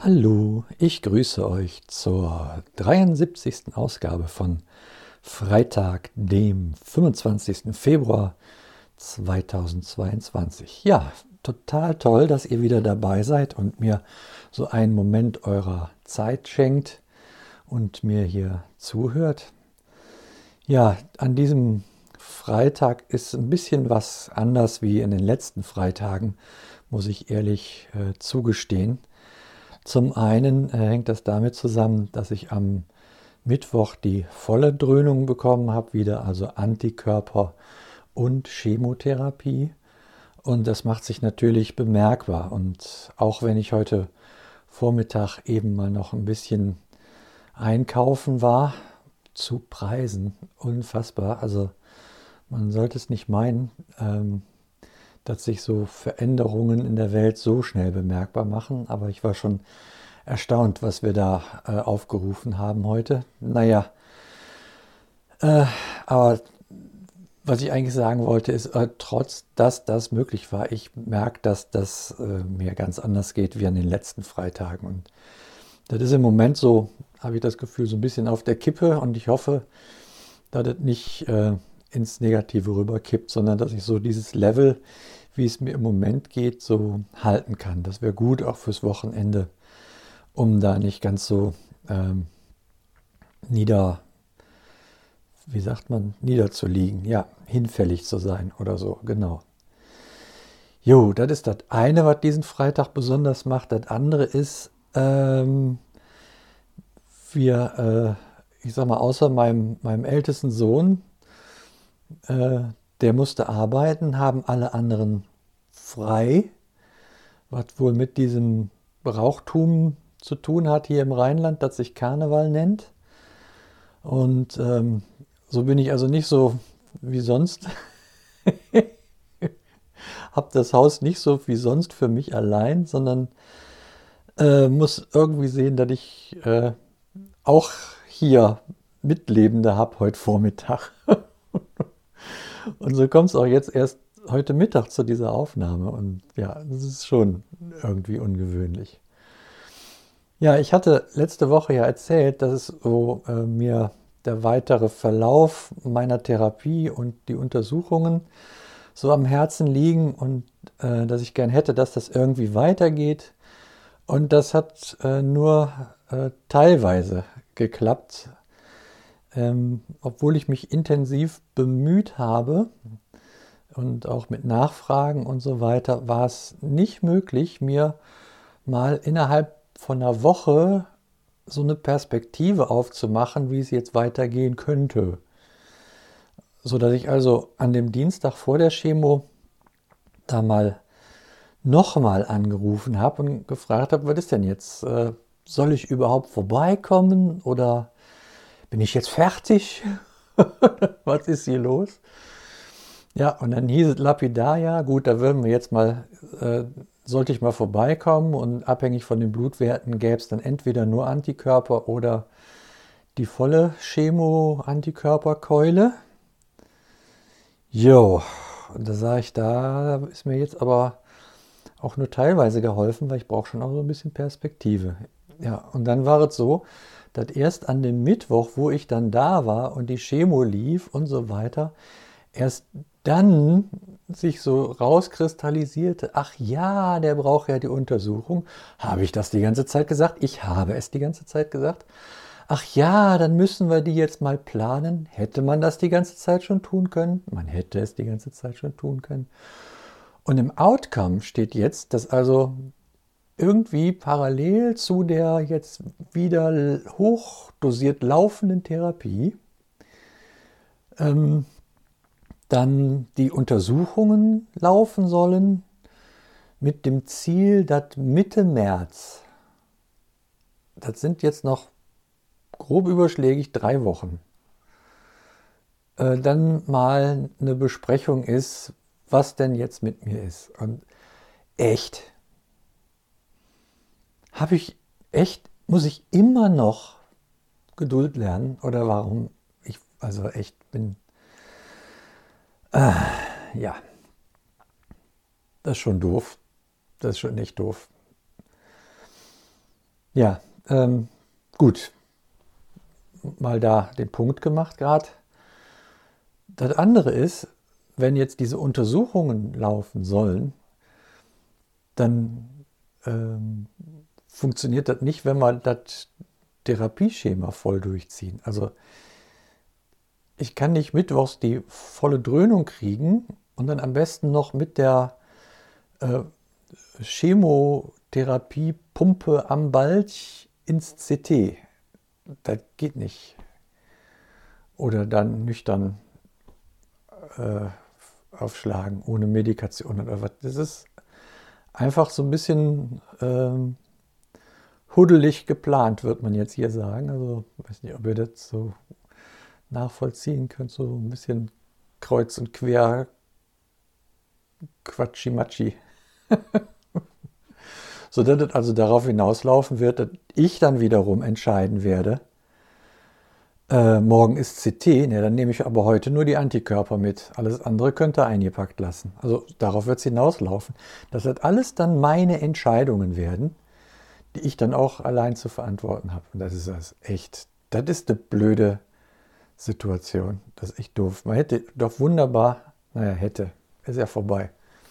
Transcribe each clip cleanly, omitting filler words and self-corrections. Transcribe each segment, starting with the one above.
Hallo, ich grüße euch zur 73. Ausgabe von Freitag, dem 25. Februar 2022. Ja, total toll, dass ihr wieder dabei seid und mir so einen Moment eurer Zeit schenkt und mir hier zuhört. Ja, an diesem Freitag ist ein bisschen was anders wie in den letzten Freitagen, muss ich ehrlich zugestehen. Zum einen hängt das damit zusammen, dass ich am Mittwoch die volle Dröhnung bekommen habe, wieder also Antikörper und Chemotherapie. Und das macht sich natürlich bemerkbar. Und auch wenn ich heute Vormittag eben mal noch ein bisschen einkaufen war, zu Preisen, unfassbar. Also man sollte es nicht meinen, dass sich so Veränderungen in der Welt so schnell bemerkbar machen. Aber ich war schon erstaunt, was wir da aufgerufen haben heute. Naja, aber was ich eigentlich sagen wollte, ist, trotz dass das möglich war, ich merke, dass das mir ganz anders geht wie an den letzten Freitagen. Und das ist im Moment so, habe ich das Gefühl, so ein bisschen auf der Kippe. Und ich hoffe, dass das nicht ins Negative rüberkippt, sondern dass ich so dieses Level, wie es mir im Moment geht, so halten kann. Das wäre gut auch fürs Wochenende, um da nicht ganz so wie sagt man, niederzuliegen. Ja, hinfällig zu sein oder so, genau. Jo, das ist das eine, was diesen Freitag besonders macht. Das andere ist, ich sag mal, außer meinem ältesten Sohn, äh, der musste arbeiten, haben alle anderen frei, was wohl mit diesem Brauchtum zu tun hat hier im Rheinland, das sich Karneval nennt. Und so bin ich also nicht so wie sonst, habe das Haus nicht so wie sonst für mich allein, sondern muss irgendwie sehen, dass ich auch hier Mitlebende habe heute Vormittag. Und so kommt es auch jetzt erst heute Mittag zu dieser Aufnahme. Und ja, das ist schon irgendwie ungewöhnlich. Ja, ich hatte letzte Woche ja erzählt, dass es so mir der weitere Verlauf meiner Therapie und die Untersuchungen so am Herzen liegen und dass ich gern hätte, dass das irgendwie weitergeht. Und das hat nur teilweise geklappt, obwohl ich mich intensiv bemüht habe und auch mit Nachfragen und so weiter, war es nicht möglich, mir mal innerhalb von einer Woche so eine Perspektive aufzumachen, wie es jetzt weitergehen könnte. So dass ich also an dem Dienstag vor der Chemo da mal nochmal angerufen habe und gefragt habe, was ist denn jetzt? Soll ich überhaupt vorbeikommen oder bin ich jetzt fertig? Was ist hier los? Ja, und dann hieß es lapidar, ja, gut, da würden wir jetzt mal, sollte ich mal vorbeikommen und abhängig von den Blutwerten gäbe es dann entweder nur Antikörper oder die volle Chemo-Antikörperkeule. Jo, und da sage ich, da ist mir jetzt aber auch nur teilweise geholfen, weil ich brauche schon auch so ein bisschen Perspektive. Ja, und dann war es so, dass erst an dem Mittwoch, wo ich dann da war und die Chemo lief und so weiter, erst dann sich so rauskristallisierte, ach ja, der braucht ja die Untersuchung. Habe ich das die ganze Zeit gesagt? Ich habe es die ganze Zeit gesagt. Ach ja, dann müssen wir die jetzt mal planen. Hätte man das die ganze Zeit schon tun können? Man hätte es die ganze Zeit schon tun können. Und im Outcome steht jetzt, dass also irgendwie parallel zu der jetzt wieder hochdosiert laufenden Therapie dann die Untersuchungen laufen sollen mit dem Ziel, dass Mitte März, das sind jetzt noch grob überschlägig 3 Wochen, dann mal eine Besprechung ist, was denn jetzt mit mir ist. Und echt, muss ich immer noch Geduld lernen oder warum ich also echt bin, ja, das ist schon doof. Das ist schon echt doof. Ja, gut, mal da den Punkt gemacht gerade. Das andere ist, wenn jetzt diese Untersuchungen laufen sollen, dann funktioniert das nicht, wenn wir das Therapieschema voll durchziehen. Also ich kann nicht mittwochs die volle Dröhnung kriegen und dann am besten noch mit der äh, Chemotherapiepumpe am Balch ins CT. Das geht nicht. Oder dann nüchtern äh, aufschlagen, ohne Medikation oder was. Das ist einfach so ein bisschen huddelig geplant, wird man jetzt hier sagen. Also, ich weiß nicht, ob ihr das so nachvollziehen könnt, so ein bisschen kreuz und quer, Quatschimatschi. So dass es also darauf hinauslaufen wird, dass ich dann wiederum entscheiden werde, morgen ist CT, ne, dann nehme ich aber heute nur die Antikörper mit. Alles andere könnt ihr eingepackt lassen. Also darauf wird es hinauslaufen. Dass das alles dann meine Entscheidungen werden, die ich dann auch allein zu verantworten habe. Und das ist das echt, das ist eine blöde Situation. Das ist echt doof. Man hätte doch wunderbar, ist ja vorbei.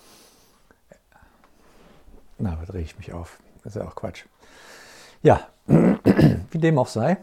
Na, was rege ich mich auf? Das ist ja auch Quatsch. Ja, wie dem auch sei.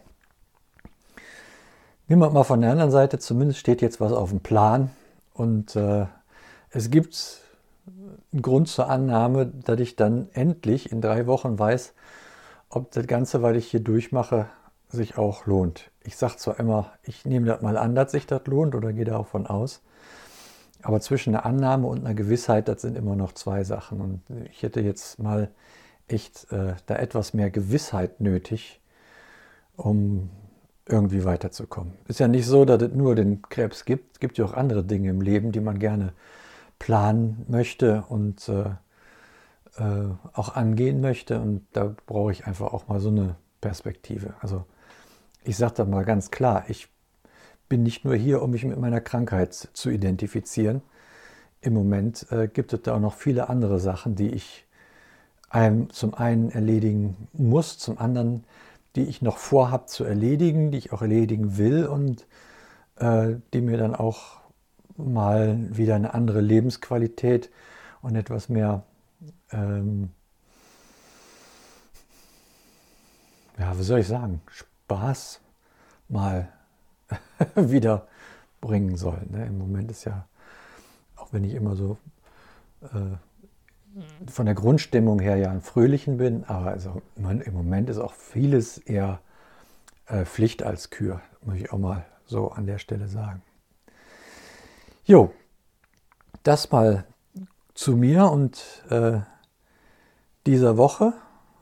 Nehmen wir mal von der anderen Seite, zumindest steht jetzt was auf dem Plan und es gibt einen Grund zur Annahme, dass ich dann endlich in 3 Wochen weiß, ob das Ganze, was ich hier durchmache, sich auch lohnt. Ich sage zwar immer, ich nehme das mal an, dass sich das lohnt oder gehe davon aus, aber zwischen einer Annahme und einer Gewissheit, das sind immer noch 2 Sachen und ich hätte jetzt mal echt da etwas mehr Gewissheit nötig, um irgendwie weiterzukommen. Ist ja nicht so, dass es nur den Krebs gibt. Es gibt ja auch andere Dinge im Leben, die man gerne planen möchte und auch angehen möchte. Und da brauche ich einfach auch mal so eine Perspektive. Also ich sage da mal ganz klar, ich bin nicht nur hier, um mich mit meiner Krankheit zu identifizieren. Im Moment gibt es da auch noch viele andere Sachen, die ich zum einen erledigen muss, zum anderen die ich noch vorhabe zu erledigen, die ich auch erledigen will und die mir dann auch mal wieder eine andere Lebensqualität und etwas mehr, ja, wie soll ich sagen, Spaß mal wieder bringen soll. Ne? Im Moment ist ja, auch wenn ich immer so von der Grundstimmung her ja ein Fröhlichen bin, aber also im Moment ist auch vieles eher Pflicht als Kür, muss ich auch mal so an der Stelle sagen. Jo, das mal zu mir und dieser Woche.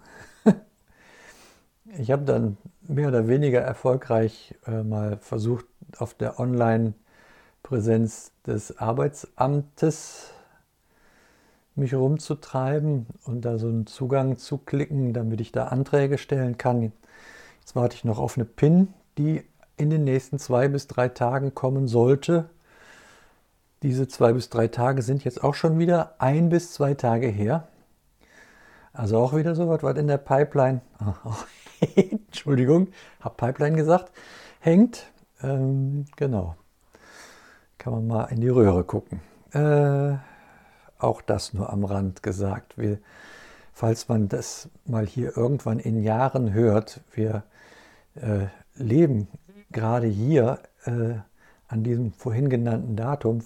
Ich habe dann mehr oder weniger erfolgreich mal versucht, auf der Online-Präsenz des Arbeitsamtes mich rumzutreiben und da so einen Zugang zu klicken, damit ich da Anträge stellen kann. Jetzt warte ich noch auf eine PIN, die in den nächsten 2 bis 3 Tagen kommen sollte. Diese 2 bis 3 Tage sind jetzt auch schon wieder 1 bis 2 Tage her. Also auch wieder so was in der Pipeline, Entschuldigung, habe Pipeline gesagt, hängt. Genau, kann man mal in die Röhre gucken. Auch das nur am Rand gesagt. Falls man das mal hier irgendwann in Jahren hört, wir leben gerade hier an diesem vorhin genannten Datum,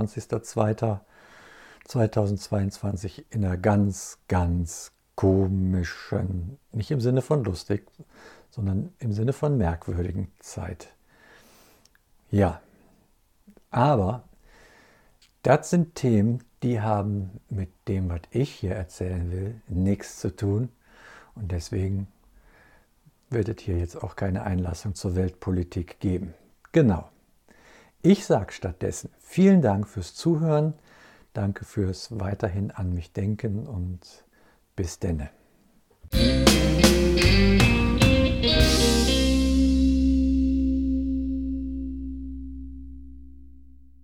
25.02.2022, in einer ganz, ganz komischen, nicht im Sinne von lustig, sondern im Sinne von merkwürdigen Zeit. Ja, aber das sind Themen, die haben mit dem, was ich hier erzählen will, nichts zu tun. Und deswegen wird es hier jetzt auch keine Einlassung zur Weltpolitik geben. Genau. Ich sage stattdessen vielen Dank fürs Zuhören, danke fürs weiterhin an mich denken und bis denne.